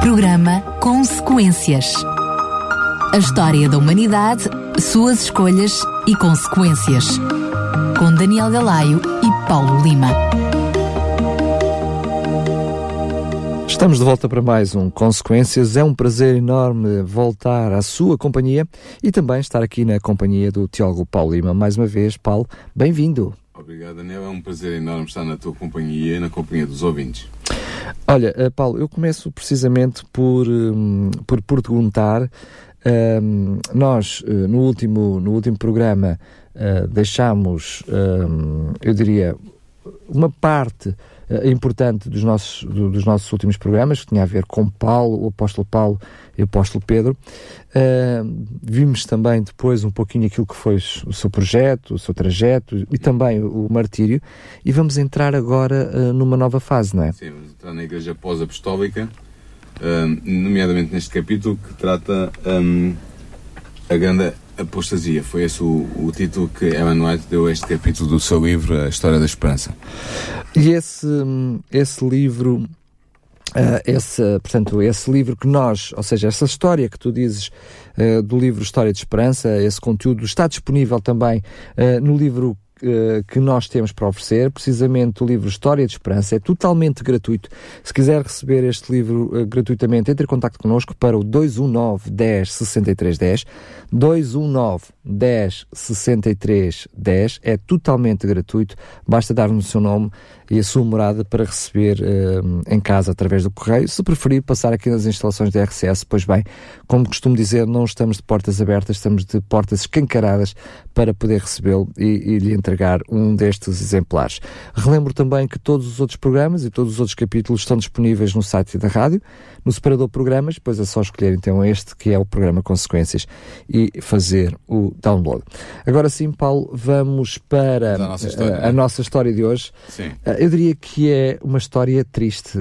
Programa Consequências. A história da humanidade, suas escolhas e consequências. Com Daniel Galaio e Paulo Lima. Estamos de volta para mais um Consequências. É um prazer enorme voltar à sua companhia e também estar aqui na companhia do teólogo Paulo Lima. Mais uma vez, Paulo, bem-vindo. Obrigado, Daniel. É um prazer enorme estar na tua companhia e na companhia dos ouvintes. Olha, Paulo, eu começo precisamente por perguntar. Nós, no último programa, deixámos, eu diria, uma parte importante dos nossos últimos programas, que tinha a ver com Paulo, o apóstolo Paulo e o apóstolo Pedro. Vimos também depois um pouquinho aquilo que foi o seu projeto, o seu trajeto e também o martírio, e vamos entrar agora numa nova fase, não é? Sim, vamos entrar na Igreja Pós-Apostólica, nomeadamente neste capítulo que trata a grande apostasia. Foi esse o título que Ellen White deu a este capítulo do seu livro, A História da Esperança. E esse livro, esse livro que nós, ou seja, essa história que tu dizes do livro História de Esperança, esse conteúdo está disponível também no livro que nós temos para oferecer, precisamente o livro História de Esperança. É totalmente gratuito. Se quiser receber este livro gratuitamente, entre em contacto connosco para o 219 10 63 10, 219 10 63 10. É totalmente gratuito, basta dar-nos o seu nome e a sua morada para receber em casa através do correio. Se preferir passar aqui nas instalações da RCS, pois bem, como costumo dizer, não estamos de portas abertas, estamos de portas escancaradas para poder recebê-lo e lhe entregar um destes exemplares. Relembro também que todos os outros programas e todos os outros capítulos estão disponíveis no site da rádio, no separador programas, depois é só escolher então este, que é o programa Consequências, e fazer o download. Agora sim, Paulo, vamos para a nossa história de hoje. Sim. Eu diria que é uma história triste.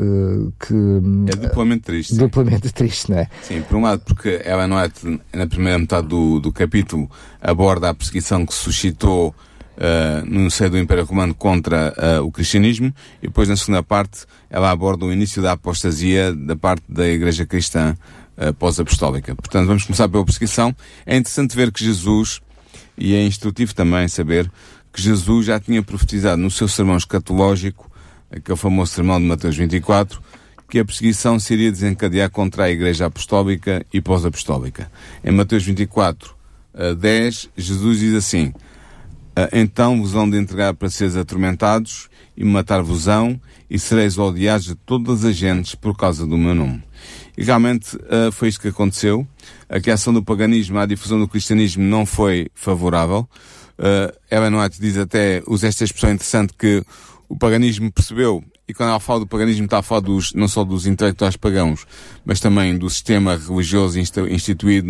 É duplamente triste. Sim. Duplamente triste, não é? Sim, por um lado porque Ellen White, na primeira metade do capítulo, aborda a perseguição que se suscitou no seio do Império Romano contra o cristianismo, e depois na segunda parte ela aborda o início da apostasia da parte da Igreja Cristã pós-apostólica. Portanto, vamos começar pela perseguição. É interessante ver que Jesus, e é instrutivo também saber, que Jesus já tinha profetizado no seu sermão escatológico, aquele famoso sermão de Mateus 24, que a perseguição se iria desencadear contra a Igreja Apostólica e pós-apostólica. Em Mateus 24, 10, Jesus diz assim: então vos hão de entregar para seres atormentados e matar-vos-ão, e sereis odiados de todas as gentes por causa do meu nome. E realmente foi isto que aconteceu. A reação do paganismo à difusão do cristianismo não foi favorável. Ellen White diz até, usa esta expressão interessante, que o paganismo percebeu, e quando ela fala do paganismo está a falar não só dos intelectuais pagãos, mas também do sistema religioso instituído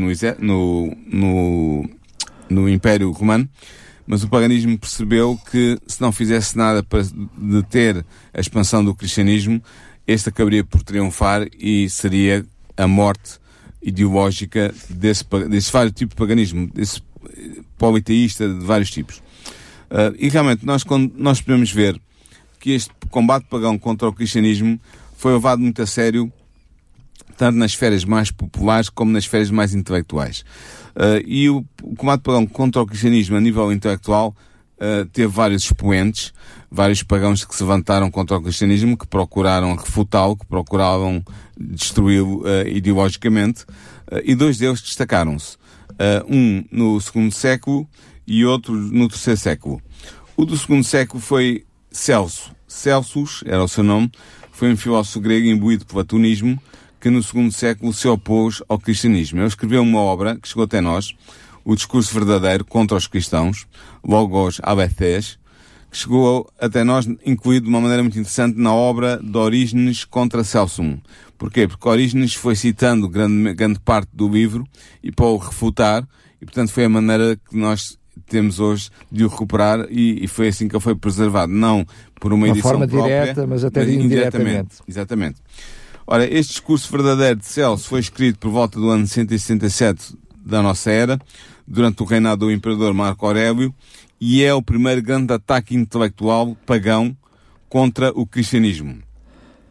no Império Romano. Mas o paganismo percebeu que se não fizesse nada para deter a expansão do cristianismo, este acabaria por triunfar e seria a morte ideológica desse vários tipos de paganismo, desse politeísta de vários tipos. E realmente nós podemos ver que este combate pagão contra o cristianismo foi levado muito a sério, tanto nas esferas mais populares como nas esferas mais intelectuais. E o combate pagão contra o cristianismo a nível intelectual teve vários expoentes, vários pagãos que se levantaram contra o cristianismo, que procuraram refutá-lo, que procuravam destruí-lo ideologicamente, e dois deles destacaram-se. Um no segundo século e outro no terceiro século. O do segundo século foi Celso. Celsus era o seu nome, foi um filósofo grego imbuído por platonismo, que no segundo século se opôs ao cristianismo. Ele escreveu uma obra que chegou até nós, o Discurso Verdadeiro contra os Cristãos, Logos Aletheia, que chegou até nós incluído de uma maneira muito interessante na obra de Orígenes contra Celsum. Porquê? Porque Orígenes foi citando grande parte do livro e para o refutar, e portanto foi a maneira que nós temos hoje de o recuperar, e foi assim que ele foi preservado, não por uma edição forma própria, direta, mas até indiretamente. Exatamente. Ora, este Discurso Verdadeiro de Celso foi escrito por volta do ano 167 da nossa era, durante o reinado do Imperador Marco Aurélio, e é o primeiro grande ataque intelectual pagão contra o cristianismo.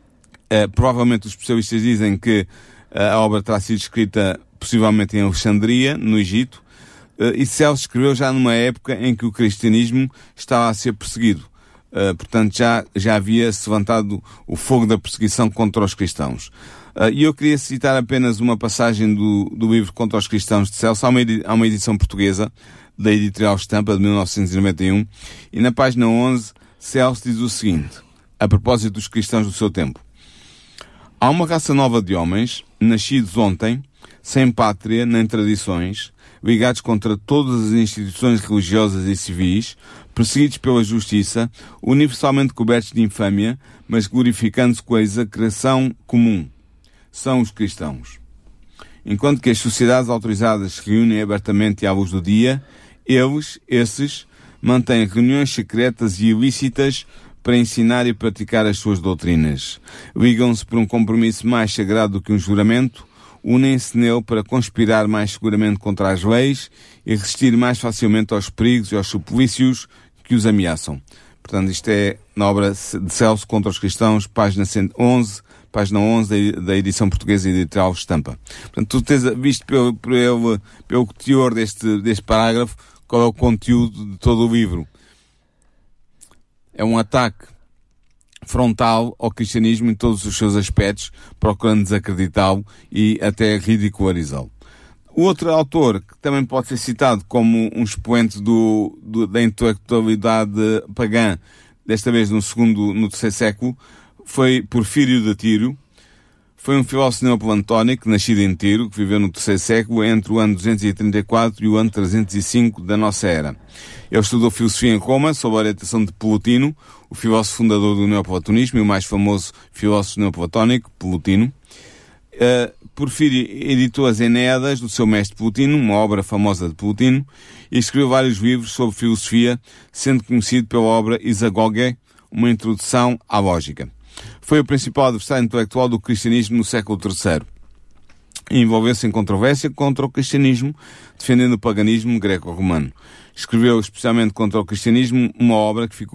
Provavelmente os especialistas dizem que a obra terá sido escrita possivelmente em Alexandria, no Egito, e Celso escreveu já numa época em que o cristianismo estava a ser perseguido. Portanto, já havia-se levantado o fogo da perseguição contra os cristãos. E eu queria citar apenas uma passagem do livro Contra os Cristãos de Celso. Há uma edição portuguesa, da Editorial Estampa, de 1991, e na página 11, Celso diz o seguinte, a propósito dos cristãos do seu tempo. Há uma raça nova de homens, nascidos ontem, sem pátria nem tradições, ligados contra todas as instituições religiosas e civis, perseguidos pela justiça, universalmente cobertos de infâmia, mas glorificando-se com a execração comum. São os cristãos. Enquanto que as sociedades autorizadas se reúnem abertamente e à luz do dia, esses, mantêm reuniões secretas e ilícitas para ensinar e praticar as suas doutrinas. Ligam-se por um compromisso mais sagrado do que um juramento, unem-se nele para conspirar mais seguramente contra as leis e resistir mais facilmente aos perigos e aos suplícios que os ameaçam. Portanto, isto é na obra de Celso Contra os Cristãos, página 11 da edição portuguesa Editorial Estampa. Portanto, tu tens visto pelo teor deste parágrafo qual é o conteúdo de todo o livro. É um ataque frontal ao cristianismo em todos os seus aspectos, procurando desacreditá-lo e até ridicularizá-lo. O outro autor, que também pode ser citado como um expoente da intelectualidade pagã, desta vez no terceiro século, foi Porfírio de Tiro. Foi um filósofo neoplatónico, nascido em Tiro, que viveu no terceiro século, entre o ano 234 e o ano 305 da nossa era. Ele estudou filosofia em Roma, sob a orientação de Plotino, o filósofo fundador do neoplatonismo e o mais famoso filósofo neoplatónico, Plotino. Porfírio editou as Enéadas do seu mestre Plotino, uma obra famosa de Plotino, e escreveu vários livros sobre filosofia, sendo conhecido pela obra Isagoge, uma introdução à lógica. Foi o principal adversário intelectual do cristianismo no século III. E envolveu-se em controvérsia contra o cristianismo, defendendo o paganismo greco-romano. Escreveu especialmente contra o cristianismo uma obra que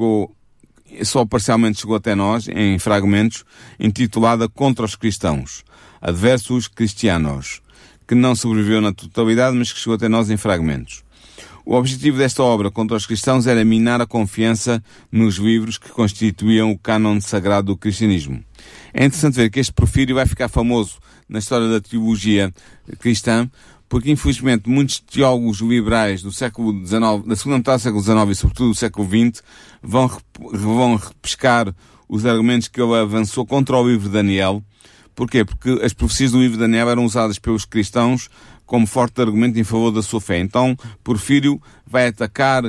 só parcialmente chegou até nós, em fragmentos, intitulada Contra os Cristãos, Adversus Christianos, que não sobreviveu na totalidade, mas que chegou até nós em fragmentos. O objetivo desta obra contra os cristãos era minar a confiança nos livros que constituíam o cânon sagrado do cristianismo. É interessante ver que este Porfírio vai ficar famoso na história da teologia cristã, porque infelizmente muitos teólogos liberais do século XIX, da segunda metade do século XIX e sobretudo do século XX, vão repescar os argumentos que ele avançou contra o livro de Daniel. Porquê? Porque as profecias do livro de Daniel eram usadas pelos cristãos como forte argumento em favor da sua fé. Então, Porfírio vai atacar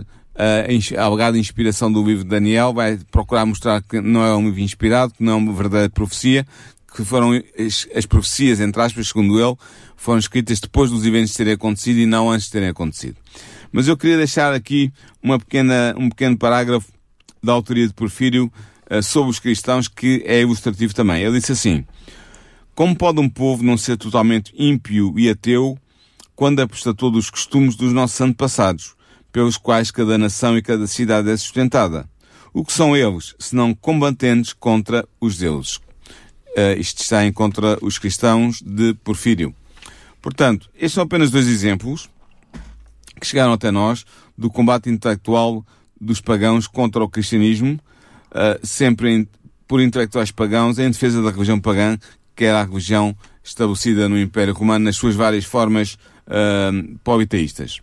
a alegada inspiração do livro de Daniel, vai procurar mostrar que não é um livro inspirado, que não é uma verdadeira profecia, que foram as profecias, entre aspas, segundo ele, foram escritas depois dos eventos terem acontecido e não antes de terem acontecido. Mas eu queria deixar aqui um pequeno parágrafo da autoria de Porfírio sobre os cristãos, que é ilustrativo também. Ele disse assim: como pode um povo não ser totalmente ímpio e ateu quando apostatou dos costumes dos nossos antepassados, pelos quais cada nação e cada cidade é sustentada? O que são eles, senão combatentes contra os deuses? Isto está em contra os cristãos de Porfírio. Portanto, estes são apenas dois exemplos que chegaram até nós do combate intelectual dos pagãos contra o cristianismo, sempre por intelectuais pagãos, em defesa da religião pagã, que era a religião estabelecida no Império Romano nas suas várias formas politeístas.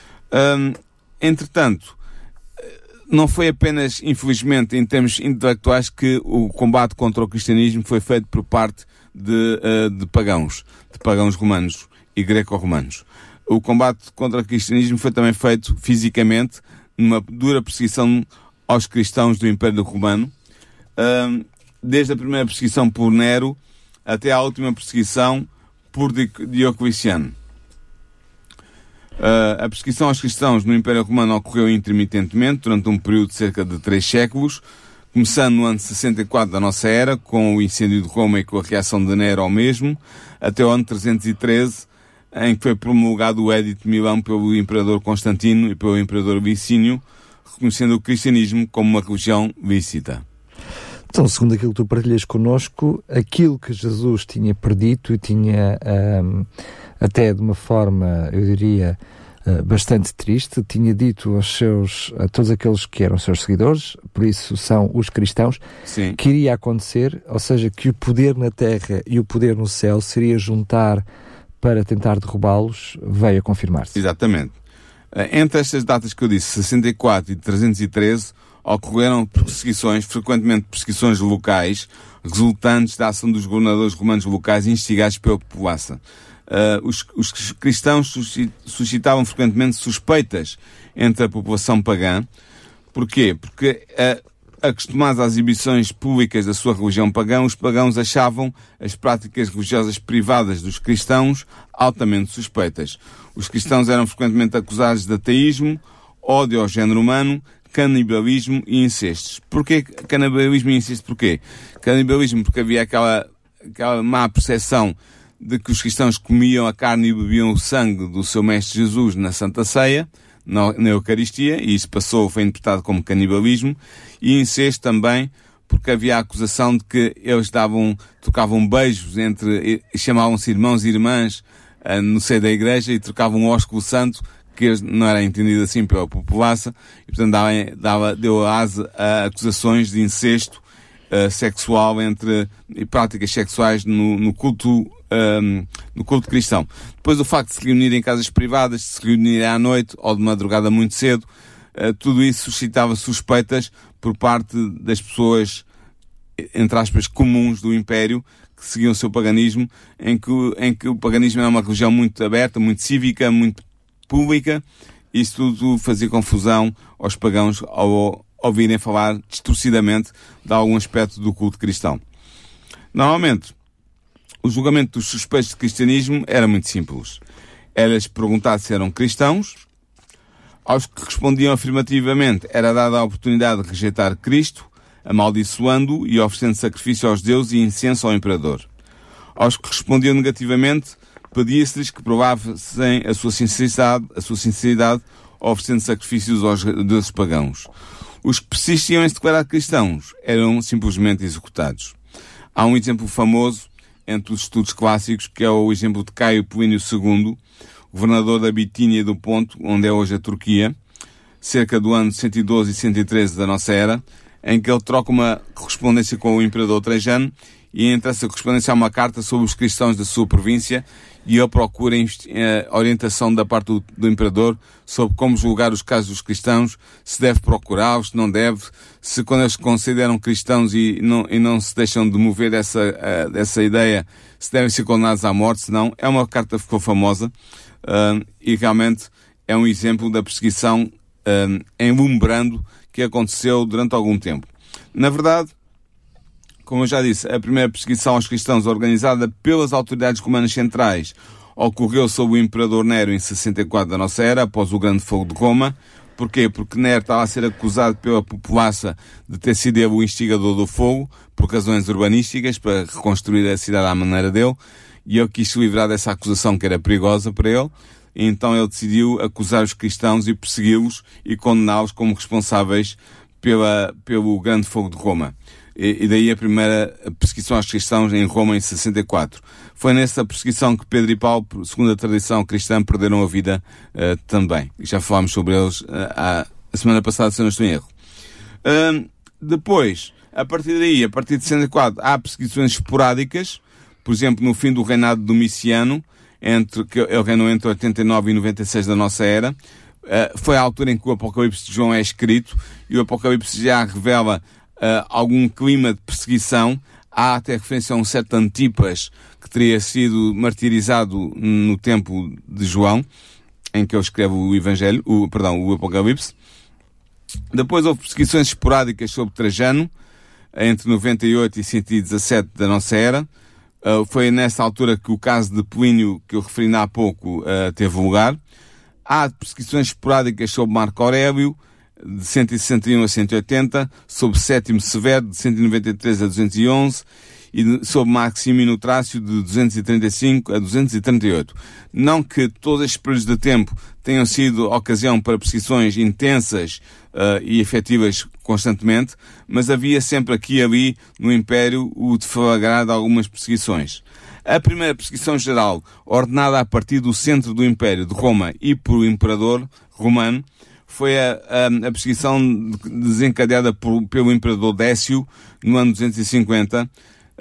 Entretanto, não foi apenas, infelizmente, em termos intelectuais que o combate contra o cristianismo foi feito por parte de pagãos romanos e greco-romanos. O combate contra o cristianismo foi também feito fisicamente, numa dura perseguição aos cristãos do Império Romano, desde a primeira perseguição por Nero até à última perseguição por Diocleciano. A perseguição aos cristãos no Império Romano ocorreu intermitentemente durante um período de cerca de 3 séculos, começando no ano 64 da nossa era, com o incêndio de Roma e com a reação de Nero ao mesmo, até o ano 313, em que foi promulgado o Edito de Milão pelo Imperador Constantino e pelo Imperador Licínio, reconhecendo o cristianismo como uma religião lícita. Então, segundo aquilo que tu partilhas connosco, aquilo que Jesus tinha predito e tinha, até de uma forma, eu diria, bastante triste, tinha dito a todos aqueles que eram seus seguidores, por isso são os cristãos, Sim. que iria acontecer, ou seja, que o poder na terra e o poder no céu seria juntar para tentar derrubá-los, veio a confirmar-se. Exatamente. Entre estas datas que eu disse, 64 e 313, ocorreram perseguições, frequentemente perseguições locais, resultantes da ação dos governadores romanos locais instigados pela população. Os cristãos suscitavam frequentemente suspeitas entre a população pagã. Porquê? Porque, acostumados às exibições públicas da sua religião pagã, os pagãos achavam as práticas religiosas privadas dos cristãos altamente suspeitas. Os cristãos eram frequentemente acusados de ateísmo, ódio ao género humano, canibalismo e incestos. Porquê canibalismo e incesto? Porquê? Canibalismo porque havia aquela má percepção de que os cristãos comiam a carne e bebiam o sangue do seu Mestre Jesus na Santa Ceia, na Eucaristia, e isso foi interpretado como canibalismo, e incesto também porque havia a acusação de que eles trocavam beijos chamavam-se irmãos e irmãs no seio da igreja e trocavam um ósculo santo, que não era entendido assim pela população, e portanto deu asa a acusações de incesto sexual e práticas sexuais no culto cristão. Depois o facto de se reunirem em casas privadas, de se reunirem à noite ou de madrugada muito cedo, tudo isso suscitava suspeitas por parte das pessoas, entre aspas, comuns do Império, que seguiam o seu paganismo, em que o paganismo era uma religião muito aberta, muito cívica, muito pública, e isso tudo fazia confusão aos pagãos ao ouvirem falar distorcidamente de algum aspecto do culto cristão. Normalmente, o julgamento dos suspeitos de cristianismo era muito simples. Era-lhes perguntado se eram cristãos. Aos que respondiam afirmativamente, era dada a oportunidade de rejeitar Cristo, amaldiçoando-o e oferecendo sacrifício aos deuses e incenso ao imperador. Aos que respondiam negativamente, pedia-se-lhes que provassem a sua sinceridade, oferecendo sacrifícios aos deuses pagãos. Os que persistiam em se declarar cristãos eram simplesmente executados. Há um exemplo famoso entre os estudos clássicos, que é o exemplo de Caio Plínio II, governador da Bitínia e do Ponto, onde é hoje a Turquia, cerca do ano 112 e 113 da nossa era, em que ele troca uma correspondência com o imperador Trajano, e entre essa correspondência há uma carta sobre os cristãos da sua província, e ele procura orientação da parte do imperador sobre como julgar os casos dos cristãos, se deve procurá-los, se não deve, se quando eles se consideram cristãos e não se deixam de mover dessa ideia, se devem ser condenados à morte, se não. É uma carta que ficou famosa, e realmente é um exemplo da perseguição enlumbrando que aconteceu durante algum tempo. Na verdade, como eu já disse, a primeira perseguição aos cristãos organizada pelas autoridades romanas centrais ocorreu sob o imperador Nero em 64 da nossa era, após o Grande Fogo de Roma. Porquê? Porque Nero estava a ser acusado pela população de ter sido ele o instigador do fogo, por razões urbanísticas, para reconstruir a cidade à maneira dele, e ele quis se livrar dessa acusação que era perigosa para ele, e então ele decidiu acusar os cristãos e persegui-los e condená-los como responsáveis pelo Grande Fogo de Roma. E daí a primeira perseguição aos cristãos em Roma em 64. Foi nessa perseguição que Pedro e Paulo, segundo a tradição cristã, perderam a vida também. E já falámos sobre eles a semana passada, se eu não estou em erro. Depois, a partir de 64, há perseguições esporádicas. Por exemplo, no fim do reinado de Domiciano, que ele reinou entre 89 e 96 da nossa era, foi a altura em que o Apocalipse de João é escrito, e o Apocalipse já revela algum clima de perseguição. Há até referência a um certo Antipas que teria sido martirizado no tempo de João, em que ele escreve o Apocalipse. Depois houve perseguições esporádicas sobre Trajano, entre 98 e 117 da nossa era. Foi nessa altura que o caso de Plínio, que eu referi há pouco, teve lugar. Há perseguições esporádicas sobre Marco Aurélio, de 161 a 180, sobre Sétimo Severo, de 193 a 211, e sob Maximino Trácio de 235 a 238. Não que todos estes períodos de tempo tenham sido ocasião para perseguições intensas e efetivas constantemente, mas havia sempre aqui e ali no Império o deflagrar de algumas perseguições. A primeira perseguição geral, ordenada a partir do centro do Império de Roma e por Imperador romano, foi a perseguição desencadeada pelo Imperador Décio no ano 250,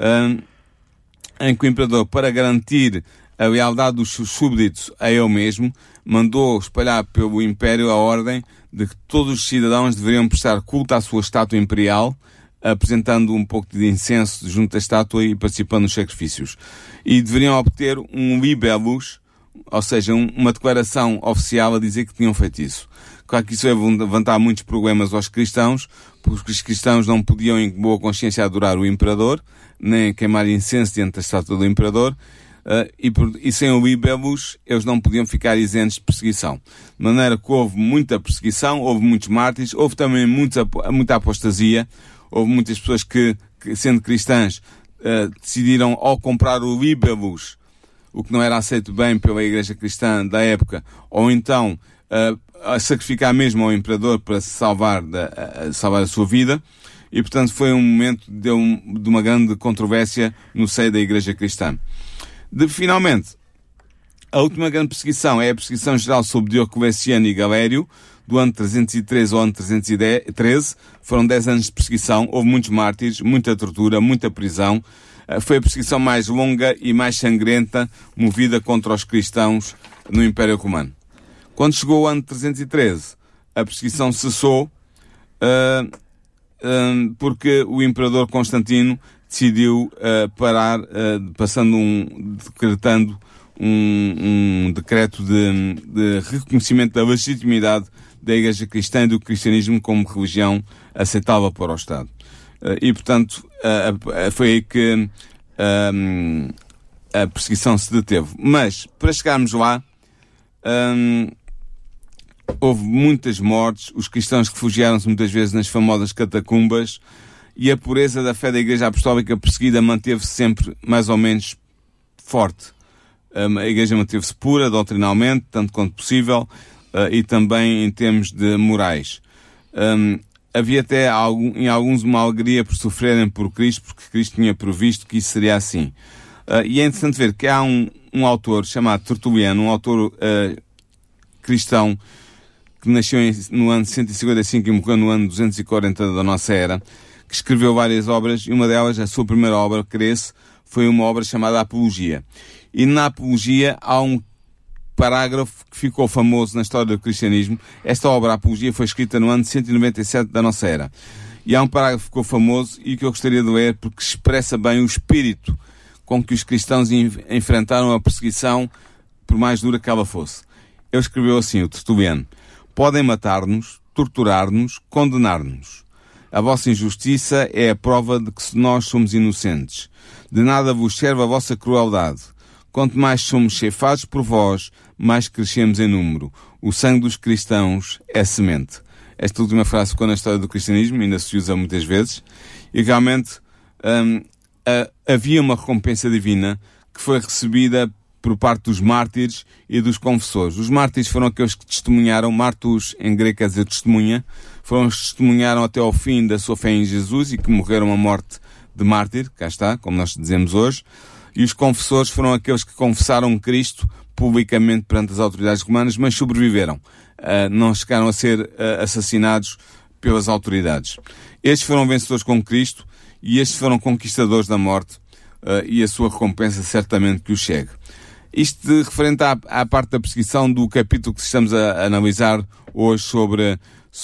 em que o Imperador, para garantir a lealdade dos seus súbditos a ele mesmo, mandou espalhar pelo Império a ordem de que todos os cidadãos deveriam prestar culto à sua estátua imperial, apresentando um pouco de incenso junto à estátua e participando nos sacrifícios. E deveriam obter um libellus, ou seja, uma declaração oficial a dizer que tinham feito isso. Claro que isso ia levantar muitos problemas aos cristãos, porque os cristãos não podiam em boa consciência adorar o imperador, nem queimar incenso diante da estátua do imperador, e sem o libellus eles não podiam ficar isentos de perseguição. De maneira que houve muita perseguição, houve muitos mártires, houve também muita apostasia, houve muitas pessoas que sendo cristãs, decidiram ou comprar o libellus, o que não era aceito bem pela igreja cristã da época, ou então a sacrificar mesmo ao imperador para salvar a sua vida, e portanto foi um momento de uma grande controvérsia no seio da igreja cristã. Finalmente, a última grande perseguição é a perseguição geral sobre Diocleciano e Galério, do ano 313 ao ano 313, foram 10 anos de perseguição, houve muitos mártires, muita tortura, muita prisão, foi a perseguição mais longa e mais sangrenta movida contra os cristãos no Império Romano. Quando chegou o ano 313, a perseguição cessou, porque o imperador Constantino decidiu parar, decretando um decreto de reconhecimento da legitimidade da Igreja Cristã e do cristianismo como religião aceitável para o Estado. E, portanto, foi aí que a perseguição se deteve. Mas, para chegarmos lá, houve muitas mortes, os cristãos refugiaram-se muitas vezes nas famosas catacumbas, e a pureza da fé da Igreja Apostólica perseguida manteve-se sempre mais ou menos forte. A Igreja manteve-se pura, doutrinalmente, tanto quanto possível, e também em termos de morais. Havia até em alguns uma alegria por sofrerem por Cristo, porque Cristo tinha previsto que isso seria assim. E é interessante ver que há um autor chamado Tertuliano, um autor cristão, que nasceu no ano 155 e morreu no ano 240 da nossa era, que escreveu várias obras, e uma delas, a sua primeira obra, creio-se, foi uma obra chamada Apologia. E na Apologia há um parágrafo que ficou famoso na história do cristianismo. Esta obra, a Apologia, foi escrita no ano 197 da nossa era. E há um parágrafo que ficou famoso e que eu gostaria de ler porque expressa bem o espírito com que os cristãos enfrentaram a perseguição, por mais dura que ela fosse. Ele escreveu assim, o Tertuliano: podem matar-nos, torturar-nos, condenar-nos. A vossa injustiça é a prova de que nós somos inocentes. De nada vos serve a vossa crueldade. Quanto mais somos ceifados por vós, mais crescemos em número. O sangue dos cristãos é semente. Esta última frase ficou na história do cristianismo, ainda se usa muitas vezes, e realmente havia uma recompensa divina que foi recebida por parte dos mártires e dos confessores. Os mártires foram aqueles que testemunharam, martus em grego quer dizer testemunha, foram os que testemunharam até ao fim da sua fé em Jesus e que morreram a morte de mártir, cá está, como nós dizemos hoje, e os confessores foram aqueles que confessaram Cristo publicamente perante as autoridades romanas, mas sobreviveram. Não chegaram a ser assassinados pelas autoridades. Estes foram vencedores com Cristo e estes foram conquistadores da morte, e a sua recompensa certamente que os chegue. Isto referente à parte da perseguição do capítulo que estamos a analisar hoje sobre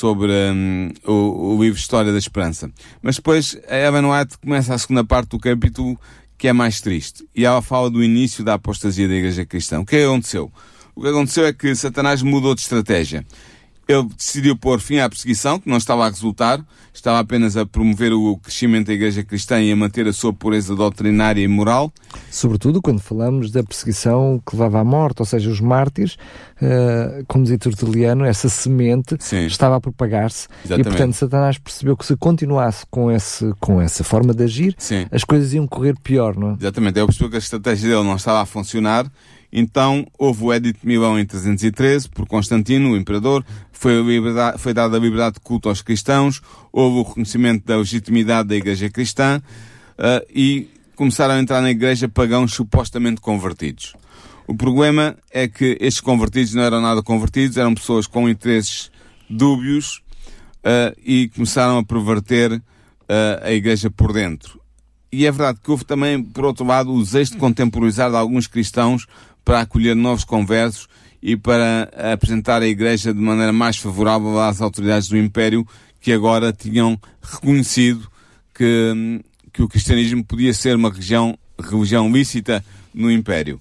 o livro História da Esperança. Mas depois a Ellen White começa a segunda parte do capítulo, que é mais triste. E ela fala do início da apostasia da Igreja Cristã. O que aconteceu? O que aconteceu é que Satanás mudou de estratégia. Ele decidiu pôr fim à perseguição, que não estava a resultar, estava apenas a promover o crescimento da Igreja Cristã e a manter a sua pureza doutrinária e moral. Sobretudo quando falamos da perseguição que levava à morte, ou seja, os mártires, como dizia Tertuliano, essa semente estava a propagar-se. Exatamente. E, portanto, Satanás percebeu que se continuasse com essa forma de agir, as coisas iam correr pior, não é? Exatamente. Ele percebeu que a estratégia dele não estava a funcionar. Então, houve o Edito de Milão em 313, por Constantino, o imperador, foi dada a liberdade de culto aos cristãos, houve o reconhecimento da legitimidade da Igreja Cristã, e começaram a entrar na Igreja pagãos supostamente convertidos. O problema é que estes convertidos não eram nada convertidos, eram pessoas com interesses dúbios, e começaram a perverter a Igreja por dentro. E é verdade que houve também, por outro lado, o desejo de contemporizar de alguns cristãos para acolher novos conversos e para apresentar a Igreja de maneira mais favorável às autoridades do Império, que agora tinham reconhecido que o cristianismo podia ser uma religião lícita no Império.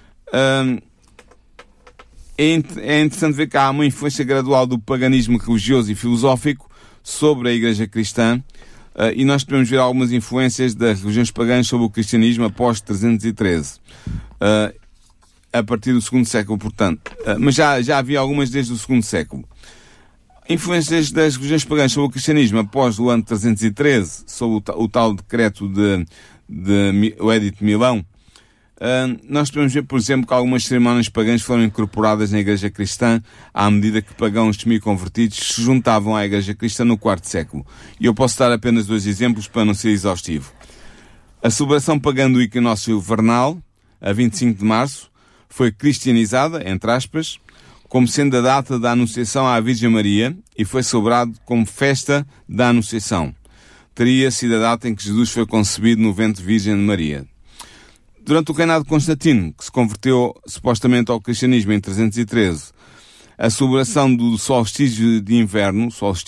É interessante ver que há uma influência gradual do paganismo religioso e filosófico sobre a Igreja Cristã, e nós podemos ver algumas influências das religiões pagãs sobre o cristianismo após 313. A partir do segundo século, portanto. Mas já havia algumas desde o segundo século. Influências das religiões pagãs sobre o cristianismo após o ano 313, sob o tal decreto o Edito de Milão. Nós podemos ver, por exemplo, que algumas cerimónias pagãs foram incorporadas na Igreja Cristã à medida que pagãos semi-convertidos se juntavam à Igreja Cristã no quarto século. E eu posso dar apenas 2 exemplos para não ser exaustivo. A celebração pagã do equinócio vernal, a 25 de março, foi cristianizada, entre aspas, como sendo a data da Anunciação à Virgem Maria e foi celebrado como festa da Anunciação. Teria sido a data em que Jesus foi concebido no ventre Virgem de Maria. Durante o reinado de Constantino, que se converteu supostamente ao cristianismo em 313, a celebração do solstício de inverno,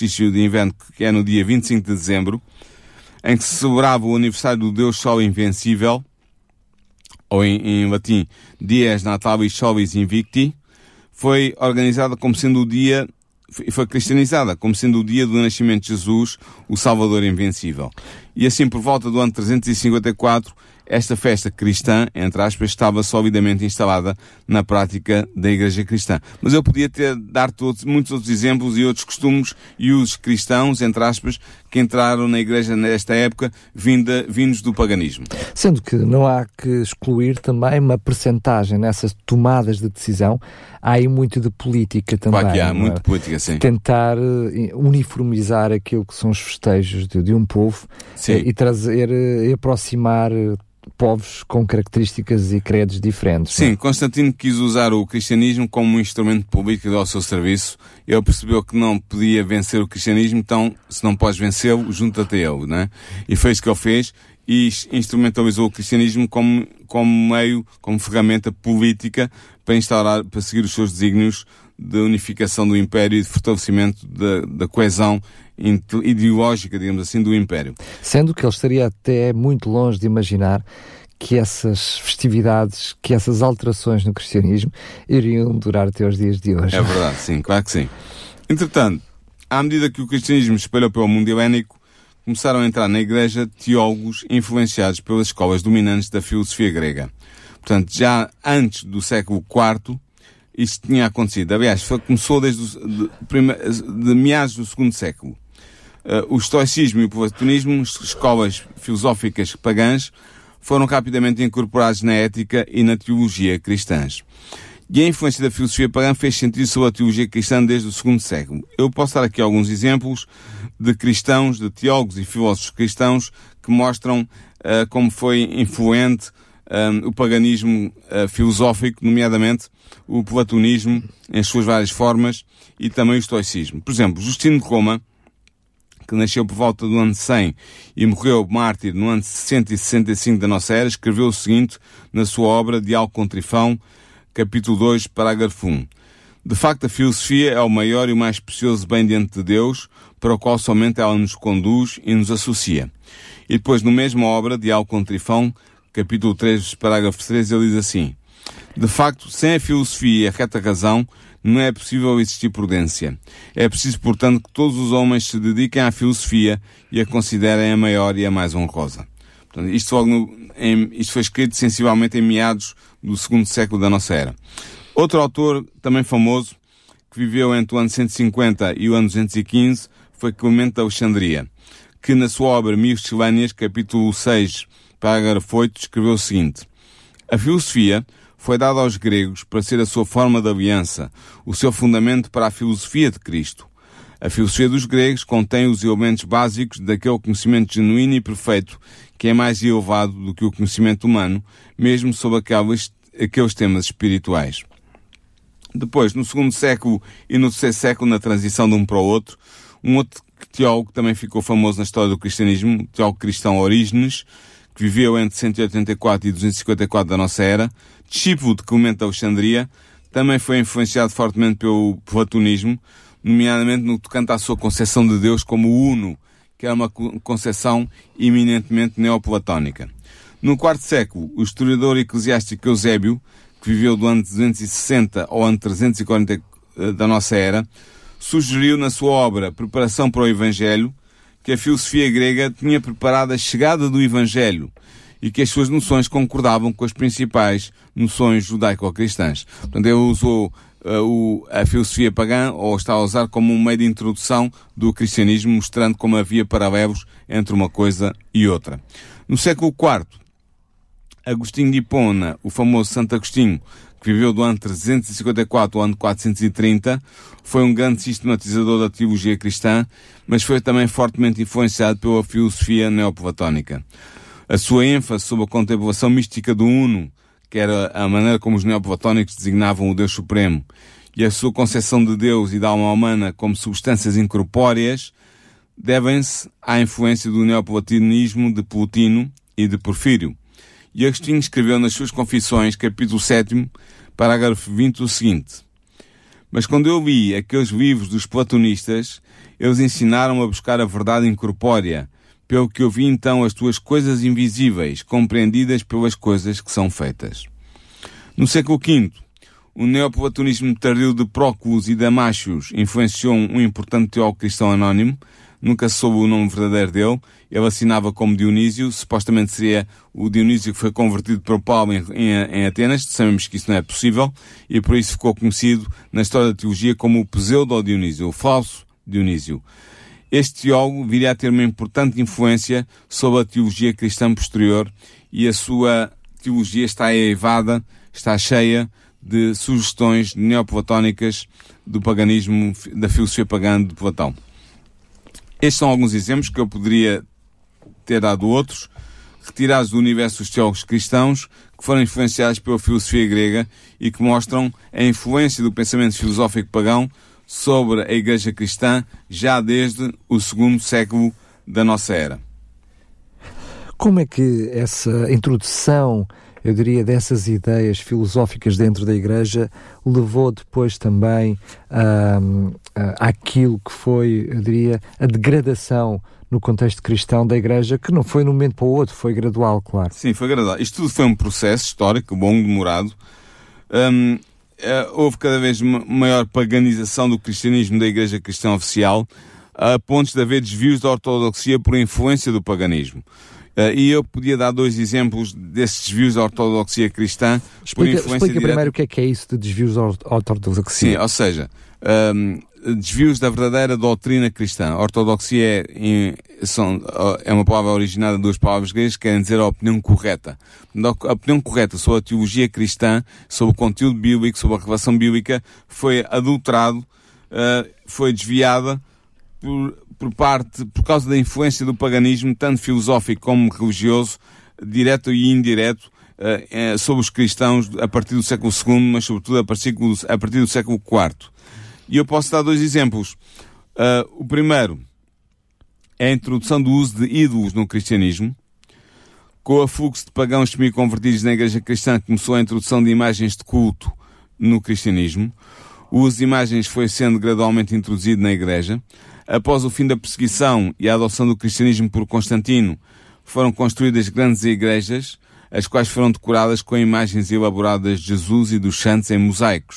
que é no dia 25 de dezembro, em que se celebrava o aniversário do Deus Sol Invencível, ou em latim, Dies Natalis Solis Invicti, foi organizada como sendo foi cristianizada como sendo o dia do nascimento de Jesus, o Salvador Invencível. E assim, por volta do ano 354, esta festa cristã, entre aspas, estava solidamente instalada na prática da Igreja Cristã. Mas eu podia dar muitos outros exemplos e outros costumes e usos cristãos, entre aspas, que entraram na Igreja nesta época, vindos do paganismo. Sendo que não há que excluir também uma percentagem nessas tomadas de decisão. Há aí muito de política também. Claro que há, muito política, sim. Tentar uniformizar aquilo que são os festejos de um povo e trazer e aproximar povos com características e credos diferentes. Sim, Constantino quis usar o cristianismo como um instrumento político ao seu serviço. Ele percebeu que não podia vencer o cristianismo, então, se não podes vencê-lo, junta-te a ele, né? E foi isso que ele fez e instrumentalizou o cristianismo como meio, como ferramenta política para seguir os seus desígnios de unificação do Império e de fortalecimento da coesão ideológica, digamos assim, do Império. Sendo que ele estaria até muito longe de imaginar que essas festividades, que essas alterações no cristianismo iriam durar até os dias de hoje. É verdade, sim, claro que sim. Entretanto, à medida que o cristianismo espalhou pelo mundo helénico, começaram a entrar na Igreja teólogos influenciados pelas escolas dominantes da filosofia grega. Portanto, já antes do século IV, isso tinha acontecido. Aliás, começou desde de meados do segundo século. O estoicismo e o platonismo, escolas filosóficas pagãs, foram rapidamente incorporados na ética e na teologia cristãs. E a influência da filosofia pagã fez sentido sobre a teologia cristã desde o segundo século. Eu posso dar aqui alguns exemplos de cristãos, de teólogos e filósofos cristãos que mostram como foi influente o paganismo filosófico, nomeadamente o platonismo em suas várias formas e também o estoicismo. Por exemplo, Justino de Roma, que nasceu por volta do ano 100 e morreu mártir no ano 165 da nossa era, escreveu o seguinte na sua obra Diálogo com Trifão, capítulo 2, parágrafo 1. De facto, a filosofia é o maior e o mais precioso bem diante de Deus, para o qual somente ela nos conduz e nos associa. E depois, no mesma obra, Diálogo com Trifão, capítulo 3, parágrafo 3, ele diz assim: de facto, sem a filosofia e a reta razão, não é possível existir prudência. É preciso, portanto, que todos os homens se dediquem à filosofia e a considerem a maior e a mais honrosa. Portanto, isto foi escrito sensivelmente em meados do segundo século da nossa era. Outro autor, também famoso, que viveu entre o ano 150 e o ano 215, foi Clemente de Alexandria, que na sua obra Miscelâneas, capítulo 6, parágrafo 8, escreveu o seguinte: a filosofia foi dada aos gregos para ser a sua forma de aliança, o seu fundamento para a filosofia de Cristo. A filosofia dos gregos contém os elementos básicos daquele conhecimento genuíno e perfeito que é mais elevado do que o conhecimento humano, mesmo sobre aqueles temas espirituais. Depois, no segundo século e no terceiro século, na transição de um para o outro, um outro teólogo que também ficou famoso na história do cristianismo, o teólogo cristão Orígenes, que viveu entre 184 e 254 da nossa era, discípulo de Clemente de Alexandria, também foi influenciado fortemente pelo platonismo, nomeadamente no tocante à sua concepção de Deus como uno, que era uma concepção eminentemente neoplatónica. No quarto século, o historiador eclesiástico Eusébio, que viveu do ano 260 ao ano 340 da nossa era, sugeriu na sua obra Preparação para o Evangelho que a filosofia grega tinha preparado a chegada do Evangelho e que as suas noções concordavam com as principais noções judaico-cristãs. Portanto, ele usou a filosofia pagã, ou está a usar como um meio de introdução do cristianismo, mostrando como havia paralelos entre uma coisa e outra. No século IV, Agostinho de Hipona, o famoso Santo Agostinho, que viveu do ano 354 ao ano 430, foi um grande sistematizador da teologia cristã, mas foi também fortemente influenciado pela filosofia neoplatónica. A sua ênfase sobre a contemplação mística do Uno, que era a maneira como os neoplatónicos designavam o Deus Supremo, e a sua concepção de Deus e da alma humana como substâncias incorpóreas, devem-se à influência do neoplatonismo de Plotino e de Porfírio. E Agostinho escreveu nas suas Confissões, capítulo 7, parágrafo 20, o seguinte: mas quando eu li aqueles livros dos platonistas, eles ensinaram a buscar a verdade incorpórea, pelo que eu vi então as tuas coisas invisíveis, compreendidas pelas coisas que são feitas. No século V, o neoplatonismo tardio de Próculos e Damácios influenciou um importante teólogo cristão anónimo. Nunca soube o nome verdadeiro dele. Ele assinava como Dionísio, supostamente seria o Dionísio que foi convertido para Paulo em Atenas. Sabemos que isso não é possível, e por isso ficou conhecido na história da teologia como o pseudo-Dionísio, o falso Dionísio. Este teólogo viria a ter uma importante influência sobre a teologia cristã posterior, e a sua teologia está eivada, está cheia de sugestões neoplatónicas do paganismo, da filosofia pagã de Platão. Estes são alguns exemplos, que eu poderia ter dado outros, retirados do universo dos teólogos cristãos, que foram influenciados pela filosofia grega e que mostram a influência do pensamento filosófico pagão sobre a Igreja cristã já desde o segundo século da nossa era. Como é que essa introdução, eu diria, dessas ideias filosóficas dentro da Igreja levou depois também àquilo que foi, eu diria, a degradação no contexto cristão da Igreja, que não foi de um momento para o outro, foi gradual, claro. Sim, foi gradual. Isto tudo foi um processo histórico, longo, demorado. Houve cada vez maior paganização do cristianismo da Igreja Cristã Oficial, a pontos de haver desvios da ortodoxia por influência do paganismo. E eu podia dar dois exemplos desses desvios da ortodoxia cristã por influência Explica primeiro o que é isso de desvios da ortodoxia. Sim, ou seja, desvios da verdadeira doutrina cristã. A ortodoxia é uma palavra originada de duas palavras gregas que querem dizer a opinião correta. A opinião correta sobre a teologia cristã, sobre o conteúdo bíblico, sobre a revelação bíblica, foi adulterado, foi desviada por causa da influência do paganismo, tanto filosófico como religioso, direto e indireto, sobre os cristãos a partir do século II, mas sobretudo a partir do século IV. E eu posso dar dois exemplos. O primeiro é a introdução do uso de ídolos no cristianismo. Com o afluxo de pagãos semi-convertidos na Igreja Cristã, começou a introdução de imagens de culto no cristianismo. O uso de imagens foi sendo gradualmente introduzido na Igreja. Após o fim da perseguição e a adoção do cristianismo por Constantino, foram construídas grandes igrejas, as quais foram decoradas com imagens elaboradas de Jesus e dos santos em mosaicos.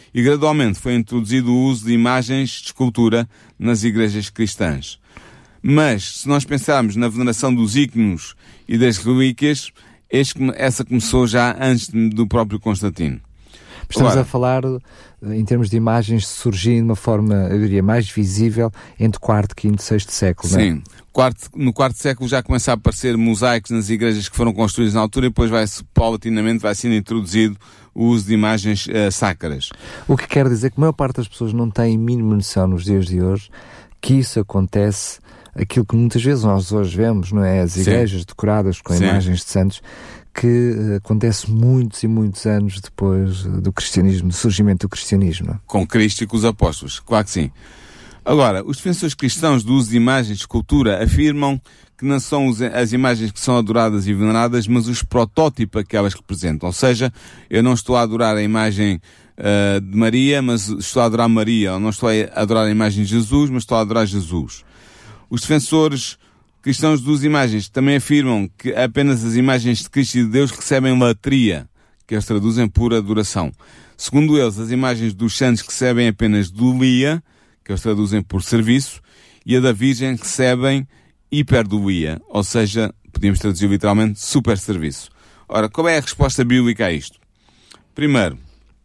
e gradualmente foi introduzido o uso de imagens de escultura nas igrejas cristãs. Mas, se nós pensarmos na veneração dos íconos e das relíquias, essa começou já antes do próprio Constantino. Estamos a falar, em termos de imagens, surgindo de uma forma, eu diria, mais visível entre o IV, V e VI século, não é? Sim. No IV século já começa a aparecer mosaicos nas igrejas que foram construídas na altura e depois paulatinamente vai sendo introduzido o uso de imagens sacras. O que quer dizer que a maior parte das pessoas não tem mínima noção nos dias de hoje que isso acontece, aquilo que muitas vezes nós hoje vemos, não é? As igrejas decoradas com imagens de santos, que acontece muitos e muitos anos depois do cristianismo, do surgimento do cristianismo. Não é? Com Cristo e com os apóstolos, claro que sim. Agora, os defensores cristãos do uso de imagens de escultura afirmam que não são as imagens que são adoradas e veneradas, mas os protótipos que elas representam. Ou seja, eu não estou a adorar a imagem de Maria, mas estou a adorar Maria. Ou não estou a adorar a imagem de Jesus, mas estou a adorar Jesus. Os defensores cristãos de uso de imagens também afirmam que apenas as imagens de Cristo e de Deus recebem latria, que eles traduzem por adoração. Segundo eles, as imagens dos santos recebem apenas dulia, que eles traduzem por serviço, e a da Virgem recebem hiperdulia, ou seja, podíamos traduzir literalmente super serviço. Ora, qual é a resposta bíblica a isto? Primeiro,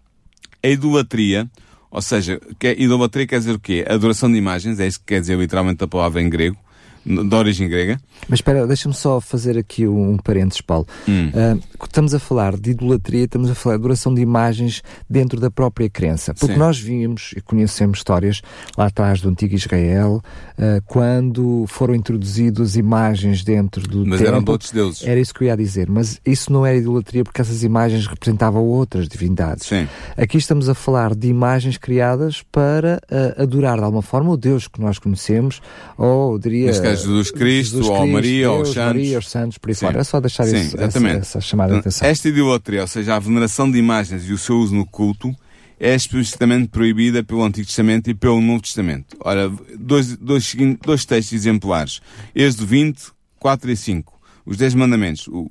a idolatria, ou seja, idolatria quer dizer o quê? Adoração de imagens, é isso que quer dizer literalmente a palavra em grego, de origem grega. Mas espera, deixa-me só fazer aqui um parênteses, Paulo. Estamos a falar de idolatria, estamos a falar de adoração de imagens dentro da própria crença. Porque nós vimos e conhecemos histórias lá atrás do antigo Israel, quando foram introduzidas imagens dentro do templo. Mas eram de outros deuses. Era isso que eu ia dizer. Mas isso não era idolatria porque essas imagens representavam outras divindades. Sim. Aqui estamos a falar de imagens criadas para adorar de alguma forma o Deus que nós conhecemos, ou diria... Jesus Cristo, ou Maria, Deus, ou os santos. Maria, os santos, por aí fora. É só deixar essa chamada de atenção. Esta idolatria, ou seja, a veneração de imagens e o seu uso no culto, é explicitamente proibida pelo Antigo Testamento e pelo Novo Testamento. Ora, dois textos exemplares. Êxodo 20, 4 e 5. Os 10 mandamentos. O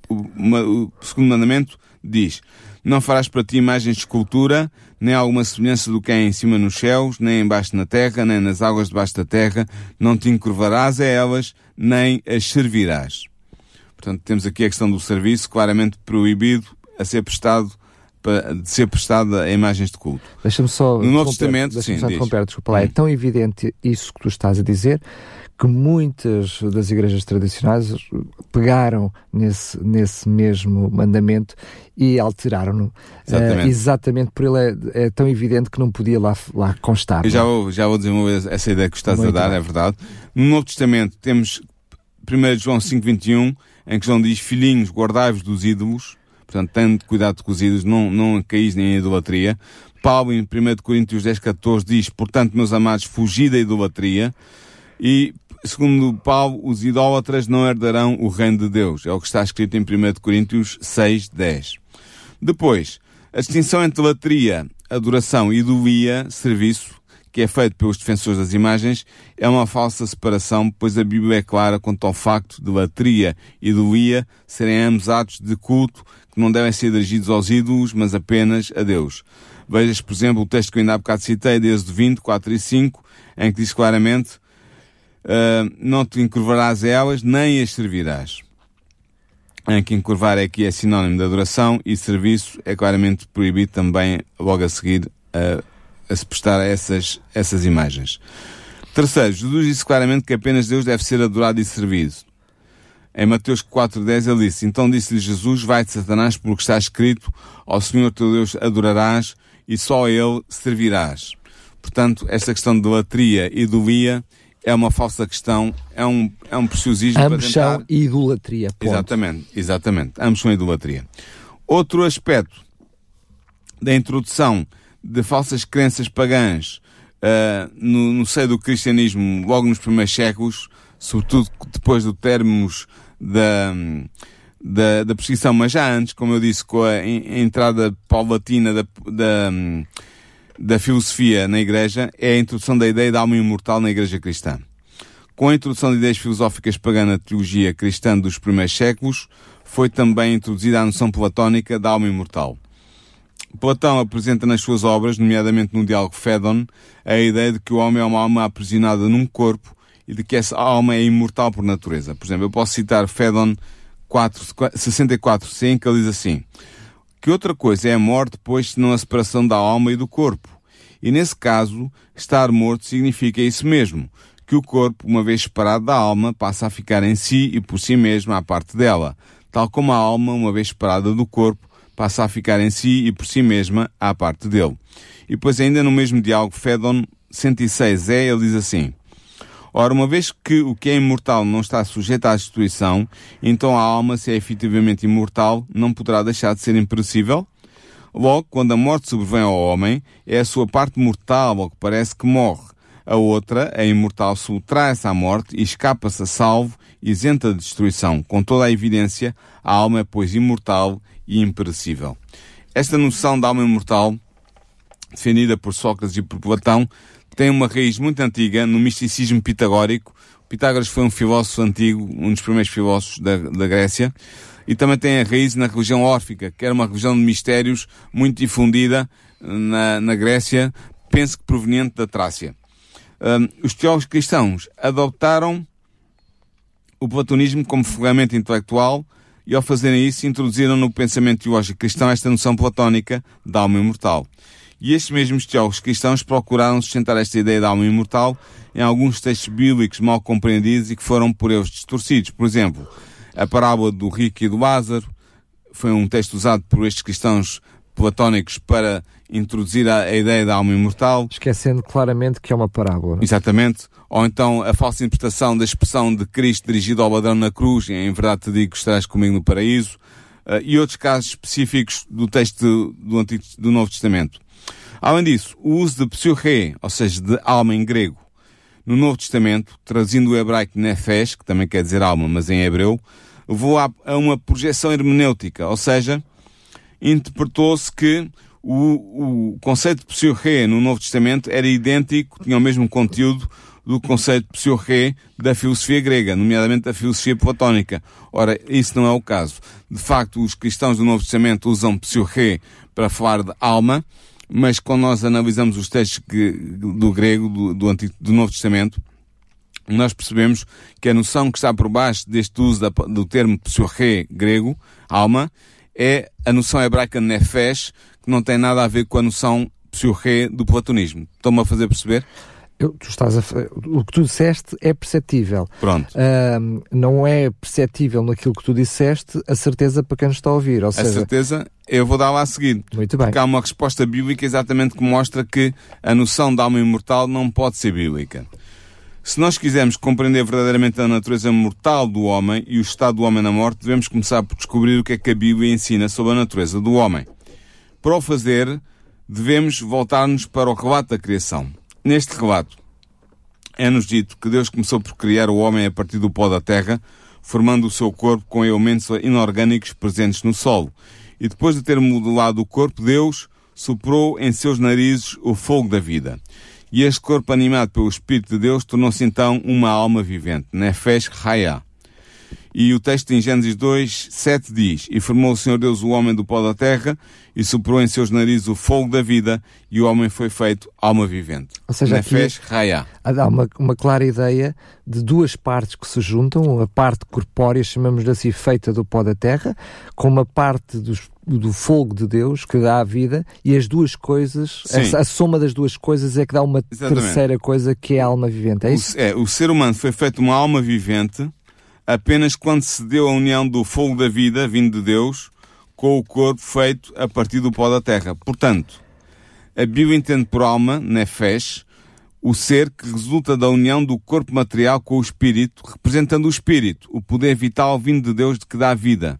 segundo mandamento diz: não farás para ti imagens de escultura, nem alguma semelhança do que é em cima nos céus, nem embaixo na terra, nem nas águas debaixo da terra. Não te encurvarás a elas, nem as servirás. Portanto, temos aqui a questão do serviço, claramente proibido de ser prestado a imagens de culto. Deixa-me só... No Novo Testamento, sim, desculpa lá. É tão evidente isso que tu estás a dizer, que muitas das igrejas tradicionais pegaram nesse mesmo mandamento e alteraram-no. Exatamente por ele é tão evidente que não podia lá constar. Eu já vou desenvolver essa ideia que estás a dar, é verdade. No Novo Testamento temos 1 João 5,21, em que João diz: filhinhos, guardai-vos dos ídolos. Portanto, tendo cuidado com os ídolos, não caís nem em idolatria. Paulo, em 1 Coríntios 10,14, diz: portanto, meus amados, fugi da idolatria. E, segundo Paulo, os idólatras não herdarão o reino de Deus. É o que está escrito em 1 Coríntios 6,10. Depois, a distinção entre latria, adoração, e idolia, serviço, que é feito pelos defensores das imagens, é uma falsa separação, pois a Bíblia é clara quanto ao facto de latria e idolia serem ambos atos de culto que não devem ser dirigidos aos ídolos, mas apenas a Deus. Vejas, por exemplo, o texto que eu ainda há bocado citei, desde 20, 4 e 5, em que diz claramente: não te encurvarás a elas, nem as servirás. Em que encurvar aqui é sinónimo de adoração, e serviço é claramente proibido também logo a seguir a se prestar a essas imagens. Terceiro, Jesus disse claramente que apenas Deus deve ser adorado e servido. Em Mateus 4,10 ele disse: então disse-lhe Jesus: vai-te, Satanás, porque está escrito: ao Senhor teu Deus adorarás e só a Ele servirás. Portanto, esta questão de idolatria e idolia é uma falsa questão, é um preciosismo para tentar... são idolatria, ponto. Exatamente. Ambos são idolatria. Outro aspecto da introdução de falsas crenças pagãs no seio do cristianismo logo nos primeiros séculos, sobretudo depois do termos da perseguição, mas já antes, como eu disse, com a entrada paulatina da filosofia na Igreja, é a introdução da ideia da alma imortal na Igreja cristã. Com a introdução de ideias filosóficas pagãs na teologia cristã dos primeiros séculos, foi também introduzida a noção platónica da alma imortal. Platão apresenta nas suas obras, nomeadamente no diálogo Fédon, a ideia de que o homem é uma alma aprisionada num corpo e de que essa alma é imortal por natureza. Por exemplo, eu posso citar Fédon 64c, que ele diz assim: que outra coisa é a morte, pois senão a separação da alma e do corpo. E nesse caso, estar morto significa isso mesmo, que o corpo, uma vez separado da alma, passa a ficar em si e por si mesmo à parte dela, tal como a alma, uma vez separada do corpo, passa a ficar em si e por si mesma à parte dele. E depois ainda no mesmo diálogo Fédon 106e, ele diz assim: ora, uma vez que o que é imortal não está sujeito à destruição, então a alma, se é efetivamente imortal, não poderá deixar de ser imperecível. Logo, quando a morte sobrevém ao homem, é a sua parte mortal, ao que parece, que morre. A outra, a imortal, subtrai-se à morte e escapa-se a salvo, isenta de destruição. Com toda a evidência, a alma é, pois, imortal e imperecível. Esta noção da alma imortal, defendida por Sócrates e por Platão, tem uma raiz muito antiga no misticismo pitagórico. Pitágoras foi um filósofo antigo, um dos primeiros filósofos da Grécia, e também tem a raiz na religião órfica, que era uma religião de mistérios muito difundida na Grécia, penso que proveniente da Trácia. Os teólogos cristãos adoptaram o platonismo como ferramenta intelectual e, ao fazerem isso, introduziram no pensamento teológico cristão esta noção platónica da alma imortal. E estes mesmos teólogos cristãos procuraram sustentar esta ideia da alma imortal em alguns textos bíblicos mal compreendidos e que foram por eles distorcidos. Por exemplo, a parábola do rico e do Lázaro foi um texto usado por estes cristãos platónicos para introduzir a ideia da alma imortal. Esquecendo claramente que é uma parábola. Exatamente. Ou então a falsa interpretação da expressão de Cristo dirigido ao ladrão na cruz, em verdade te digo que estarás comigo no paraíso, e outros casos específicos do texto do Novo Testamento. Além disso, o uso de psyche, ou seja, de alma em grego, no Novo Testamento, traduzindo o hebraico nefesh, que também quer dizer alma, mas em hebreu, levou a uma projeção hermenêutica, ou seja, interpretou-se que o conceito de psyche no Novo Testamento era idêntico, tinha o mesmo conteúdo do conceito de psyche da filosofia grega, nomeadamente da filosofia platónica. Ora, isso não é o caso. De facto, os cristãos do Novo Testamento usam psyche para falar de alma, mas quando nós analisamos os textos do grego, do Novo Testamento, nós percebemos que a noção que está por baixo deste uso do termo psyche grego, alma, é a noção hebraica nefesh, que não tem nada a ver com a noção psyche do platonismo. Estão-me a fazer perceber? O que tu disseste é perceptível. Pronto. Não é perceptível naquilo que tu disseste a certeza para quem nos está a ouvir. Ou seja, a certeza eu vou dar lá a seguir. Muito bem. Porque há uma resposta bíblica exatamente que mostra que a noção da alma imortal não pode ser bíblica. Se nós quisermos compreender verdadeiramente a natureza mortal do homem e o estado do homem na morte, devemos começar por descobrir o que é que a Bíblia ensina sobre a natureza do homem. Para o fazer, devemos voltar-nos para o relato da criação. Neste relato, é-nos dito que Deus começou por criar o homem a partir do pó da terra, formando o seu corpo com elementos inorgânicos presentes no solo. E depois de ter modelado o corpo, Deus soprou em seus narizes o fogo da vida. E este corpo animado pelo Espírito de Deus tornou-se então uma alma vivente, Nefesh Hayah. E o texto em Gênesis 2:7 diz: e formou o Senhor Deus o homem do pó da terra e soprou em seus narizes o fogo da vida e o homem foi feito alma vivente. Ou seja, Nefesh Hayah. Há uma clara ideia de duas partes que se juntam, a parte corpórea, chamamos-lhe assim, feita do pó da terra, com uma parte do fogo de Deus que dá a vida, e as duas coisas, a soma das duas coisas é que dá uma terceira coisa que é a alma vivente. É isso? O ser humano foi feito uma alma vivente apenas quando se deu a união do fogo da vida, vindo de Deus, com o corpo feito a partir do pó da terra. Portanto, a Bíblia entende por alma, nefesh, o ser que resulta da união do corpo material com o espírito, representando o espírito, o poder vital vindo de Deus de que dá vida.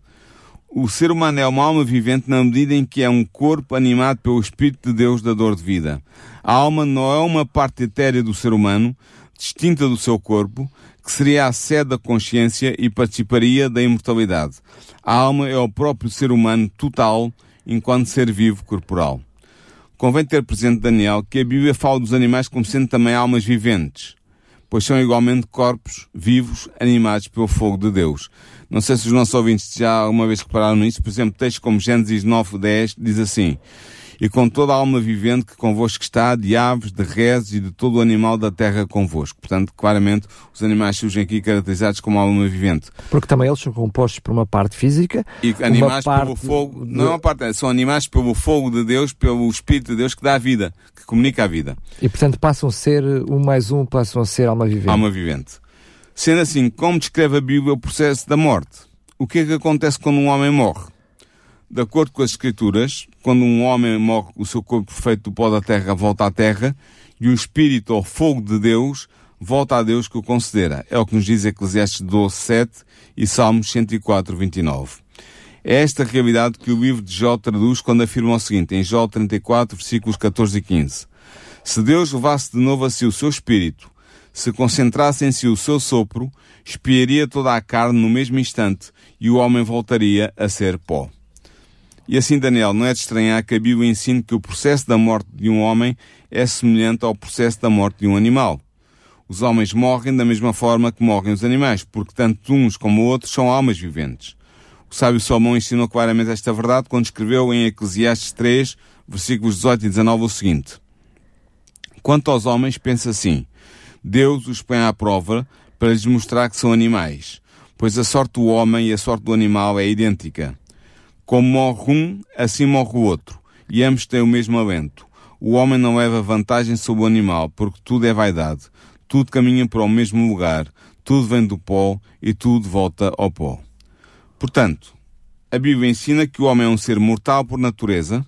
O ser humano é uma alma vivente na medida em que é um corpo animado pelo Espírito de Deus dador de vida. A alma não é uma parte etérea do ser humano, distinta do seu corpo, que seria a sede da consciência e participaria da imortalidade. A alma é o próprio ser humano total, enquanto ser vivo corporal. Convém ter presente, Daniel, que a Bíblia fala dos animais como sendo também almas viventes, pois são igualmente corpos vivos animados pelo fogo de Deus. Não sei se os nossos ouvintes já alguma vez repararam nisso. Por exemplo, textos como Gênesis 9:10 diz assim: e com toda a alma vivente que convosco está, de aves, de reses e de todo o animal da terra convosco. Portanto, claramente, os animais surgem aqui caracterizados como alma vivente. Porque também eles são compostos por uma parte física. E animais pelo fogo, não é uma parte, são animais pelo fogo de Deus, pelo Espírito de Deus que dá a vida, que comunica a vida. E, portanto, passam a ser passam a ser alma vivente. Alma vivente. Sendo assim, como descreve a Bíblia o processo da morte? O que é que acontece quando um homem morre? De acordo com as Escrituras, quando um homem morre, o seu corpo feito do pó da terra volta à terra e o Espírito ou fogo de Deus volta a Deus que o considera. É o que nos diz Eclesiastes 12:7 e Salmos 104:29. É esta realidade que o livro de Jó traduz quando afirma o seguinte, em Jó 34, versículos 14 e 15. Se Deus levasse de novo a si o seu Espírito, se concentrasse em si o seu sopro, espiaria toda a carne no mesmo instante e o homem voltaria a ser pó. E assim, Daniel, não é de estranhar que a Bíblia ensine que o processo da morte de um homem é semelhante ao processo da morte de um animal. Os homens morrem da mesma forma que morrem os animais, porque tanto uns como outros são almas viventes. O sábio Salomão ensinou claramente esta verdade quando escreveu em Eclesiastes 3, versículos 18 e 19 o seguinte. Quanto aos homens, pensa assim, Deus os põe à prova para lhes mostrar que são animais, pois a sorte do homem e a sorte do animal é idêntica. Como morre um, assim morre o outro, e ambos têm o mesmo alento. O homem não leva vantagem sobre o animal, porque tudo é vaidade. Tudo caminha para o mesmo lugar, tudo vem do pó e tudo volta ao pó. Portanto, a Bíblia ensina que o homem é um ser mortal por natureza.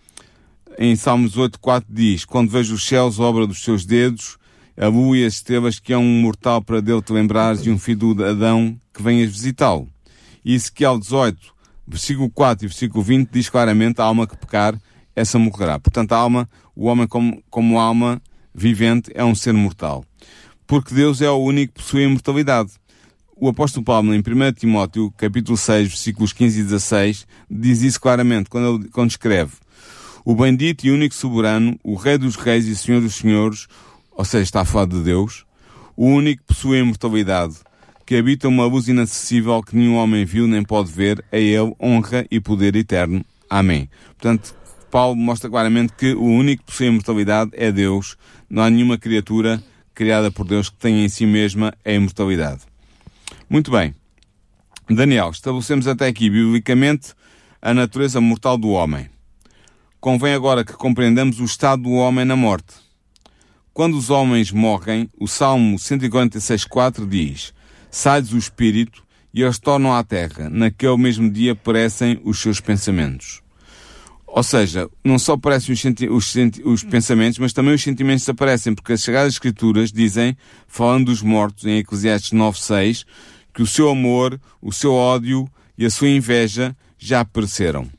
Em Salmos 8:4 diz, quando vejo os céus, obra dos seus dedos, a lua e as estrelas, que é um mortal para Deus te lembrares de um filho de Adão que venhas visitá-lo. E Ezequiel 18, versículo 4 e versículo 20 diz claramente, a alma que pecar, essa morrerá. Portanto, a alma, o homem como alma vivente é um ser mortal. Porque Deus é o único que possui a imortalidade. O apóstolo Paulo, em 1 Timóteo, capítulo 6, versículos 15 e 16, diz isso claramente, quando escreve, o bendito e único soberano, o Rei dos reis e Senhor dos senhores, ou seja, está a falar de Deus, o único que possui a imortalidade, que habita uma luz inacessível que nenhum homem viu nem pode ver, a ele honra e poder eterno. Amém. Portanto, Paulo mostra claramente que o único que possui a imortalidade é Deus. Não há nenhuma criatura criada por Deus que tenha em si mesma a imortalidade. Muito bem. Daniel, estabelecemos até aqui, biblicamente, a natureza mortal do homem. Convém agora que compreendamos o estado do homem na morte. Quando os homens morrem, o Salmo 146:4 diz, sai-lhes o espírito e eles tornam à terra. Naquele mesmo dia perecem os seus pensamentos. Ou seja, não só aparecem os pensamentos, mas também os sentimentos aparecem, porque as Sagradas Escrituras dizem, falando dos mortos, em Eclesiastes 9:6, que o seu amor, o seu ódio e a sua inveja já pereceram.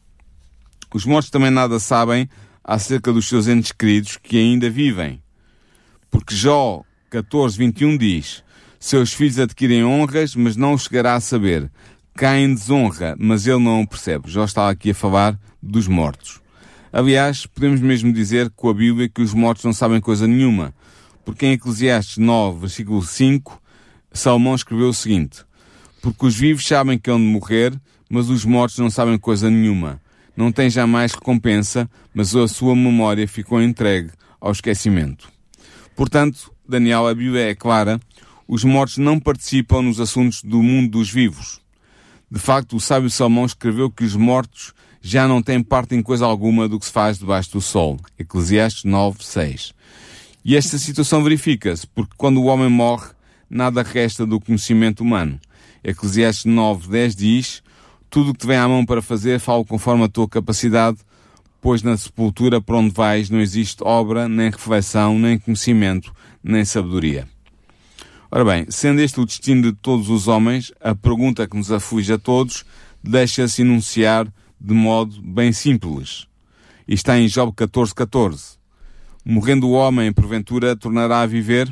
Os mortos também nada sabem acerca dos seus entes queridos que ainda vivem. Porque Jó 14:21 diz, seus filhos adquirem honras, mas não o chegará a saber. Caem em desonra, mas ele não o percebe. Jó está aqui a falar dos mortos. Aliás, podemos mesmo dizer com a Bíblia que os mortos não sabem coisa nenhuma. Porque em Eclesiastes 9, versículo 5, Salomão escreveu o seguinte, porque os vivos sabem que hão de morrer, mas os mortos não sabem coisa nenhuma. Não têm jamais recompensa, mas a sua memória ficou entregue ao esquecimento. Portanto, Daniel, a Bíblia é clara, os mortos não participam nos assuntos do mundo dos vivos. De facto, o sábio Salomão escreveu que os mortos já não têm parte em coisa alguma do que se faz debaixo do sol. Eclesiastes 9:6. E esta situação verifica-se, porque quando o homem morre, nada resta do conhecimento humano. Eclesiastes 9:10 diz, tudo o que te vem à mão para fazer, fala conforme a tua capacidade, pois na sepultura para onde vais não existe obra, nem reflexão, nem conhecimento, nem sabedoria. Ora bem, sendo este o destino de todos os homens, a pergunta que nos aflige a todos deixa-se enunciar de modo bem simples. E está em Job 14:14. Morrendo o homem, porventura, tornará a viver?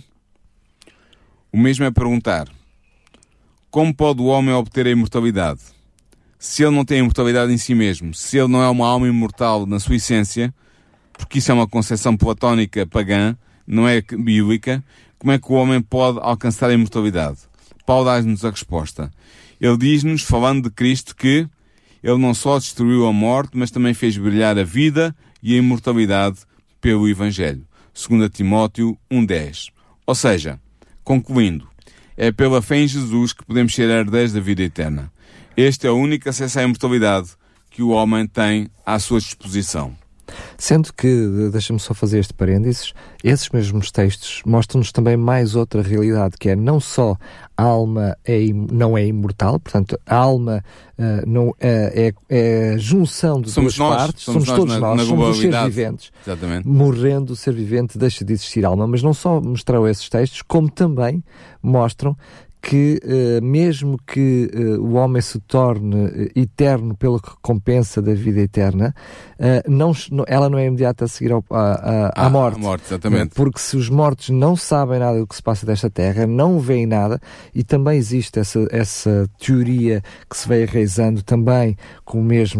O mesmo é perguntar, como pode o homem obter a imortalidade? Se ele não tem a imortalidade em si mesmo, se ele não é uma alma imortal na sua essência, porque isso é uma concepção platónica pagã, não é bíblica, como é que o homem pode alcançar a imortalidade? Paulo dá-nos a resposta. Ele diz-nos, falando de Cristo, que Ele não só destruiu a morte, mas também fez brilhar a vida e a imortalidade pelo Evangelho. 2 Timóteo 1:10. Ou seja, concluindo, é pela fé em Jesus que podemos ser herdeiros da vida eterna. Este é o único acesso à imortalidade que o homem tem à sua disposição. Sendo que, deixa-me só fazer este parênteses, esses mesmos textos mostram-nos também mais outra realidade, que é não só a alma não é imortal, portanto, a alma é a junção de duas partes, somos todos nós, somos os seres viventes. Exatamente. Morrendo, o ser vivente deixa de existir alma, mas não só mostraram esses textos, como também mostram que mesmo que o homem se torne eterno pela recompensa da vida eterna, ela não é imediata a seguir à morte. A morte, exatamente. Porque se os mortos não sabem nada do que se passa desta terra, não veem nada, e também existe essa teoria que se vai enraizando também com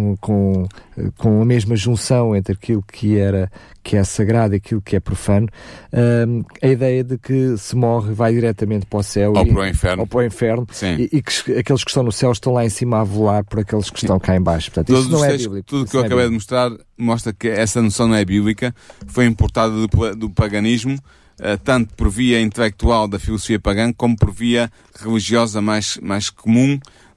a mesma junção entre aquilo que é sagrado e aquilo que é profano, a ideia de que se morre vai diretamente para o céu ou para o inferno, e que aqueles que estão no céu estão lá em cima a volar por aqueles que estão cá em baixo. Portanto, isso não é bíblico. Tudo o que eu acabei de mostrar mostra que essa noção não é bíblica, foi importada do paganismo, tanto por via intelectual da filosofia pagã, como por via religiosa mais comum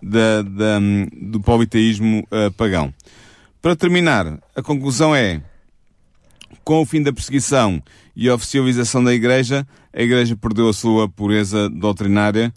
do politeísmo pagão. Para terminar, a conclusão é: com o fim da perseguição e a oficialização da Igreja, a Igreja perdeu a sua pureza doutrinária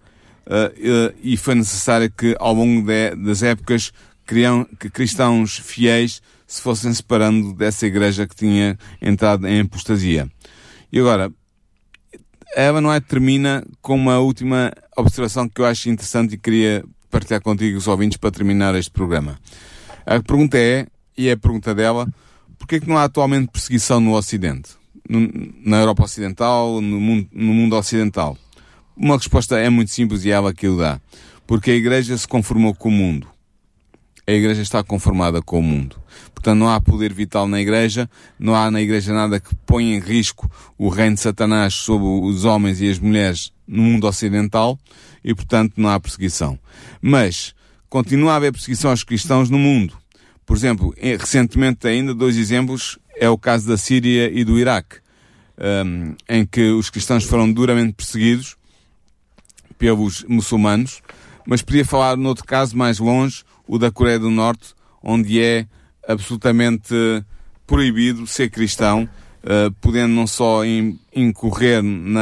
e foi necessário que, ao longo das épocas, que cristãos fiéis se fossem separando dessa Igreja que tinha entrado em apostasia. E agora, a Ellen White termina com uma última observação que eu acho interessante e queria partilhar contigo, os ouvintes, para terminar este programa. A pergunta é, e é a pergunta dela: porquê é que não há atualmente perseguição no Ocidente? Na Europa Ocidental, no mundo ocidental? Uma resposta é muito simples e ela que o dá. Porque a Igreja se conformou com o mundo. A Igreja está conformada com o mundo. Portanto, não há poder vital na Igreja, não há na Igreja nada que ponha em risco o reino de Satanás sobre os homens e as mulheres no mundo ocidental e, portanto, não há perseguição. Mas continua a haver perseguição aos cristãos no mundo. Por exemplo, recentemente ainda, 2 exemplos, é o caso da Síria e do Iraque, em que os cristãos foram duramente perseguidos pelos muçulmanos, mas podia falar noutro caso mais longe, o da Coreia do Norte, onde é absolutamente proibido ser cristão, podendo não só incorrer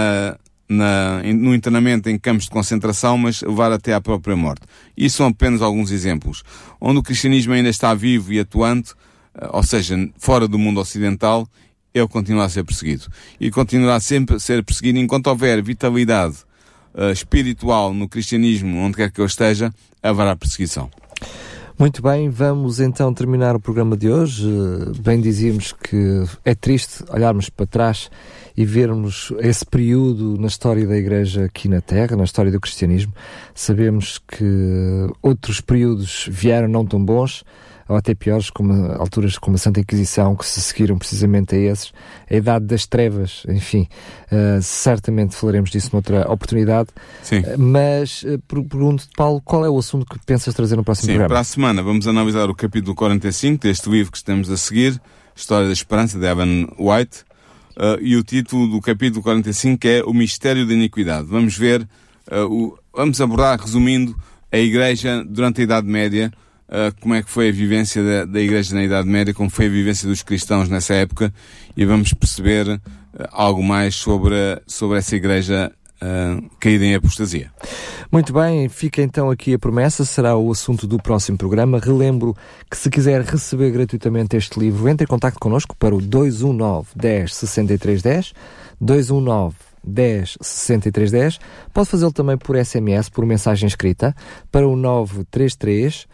no internamento em campos de concentração, mas levar até à própria morte. Isso são apenas alguns exemplos. Onde o cristianismo ainda está vivo e atuante, ou seja, fora do mundo ocidental, ele continua a ser perseguido. E continuará sempre a ser perseguido enquanto houver vitalidade espiritual no cristianismo, onde quer que eu esteja, haverá perseguição. Muito bem, vamos então terminar o programa de hoje. Bem dizíamos que é triste olharmos para trás e vermos esse período na história da Igreja aqui na Terra, na história do cristianismo. Sabemos que outros períodos vieram não tão bons, ou até piores, como alturas como a Santa Inquisição, que se seguiram precisamente a esses, a Idade das Trevas, enfim, certamente falaremos disso noutra oportunidade. Sim. Mas pergunto-te, Paulo, qual é o assunto que pensas trazer no próximo programa? Para a semana vamos analisar o capítulo 45 deste livro que estamos a seguir, História da Esperança, de Ellen White, e o título do capítulo 45 é O Mistério da Iniquidade. Vamos ver, vamos abordar, resumindo, a Igreja durante a Idade Média, como é que foi a vivência da Igreja na Idade Média, como foi a vivência dos cristãos nessa época, e vamos perceber algo mais sobre essa Igreja caída em apostasia. Muito bem, fica então aqui a promessa, será o assunto do próximo programa. Relembro que se quiser receber gratuitamente este livro, entre em contacto connosco para o 219 10 63 10, 219 10 63 10. Pode fazê-lo também por SMS, por mensagem escrita, para o 933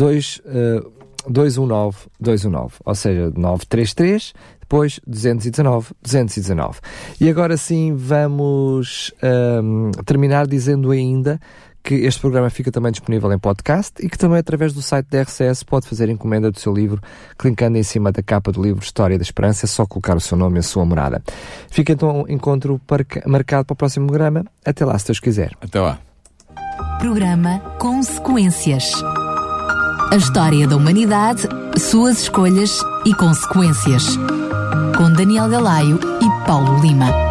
219 219, ou seja, 933 depois 219 219. E agora sim vamos terminar dizendo ainda que este programa fica também disponível em podcast e que também através do site da RCS pode fazer encomenda do seu livro, clicando em cima da capa do livro História da Esperança, é só colocar o seu nome e a sua morada. Fica então o encontro marcado para o próximo programa. Até lá, se Deus quiser. Até lá. Programa Consequências. A história da humanidade, suas escolhas e consequências. Com Daniel Galaio e Paulo Lima.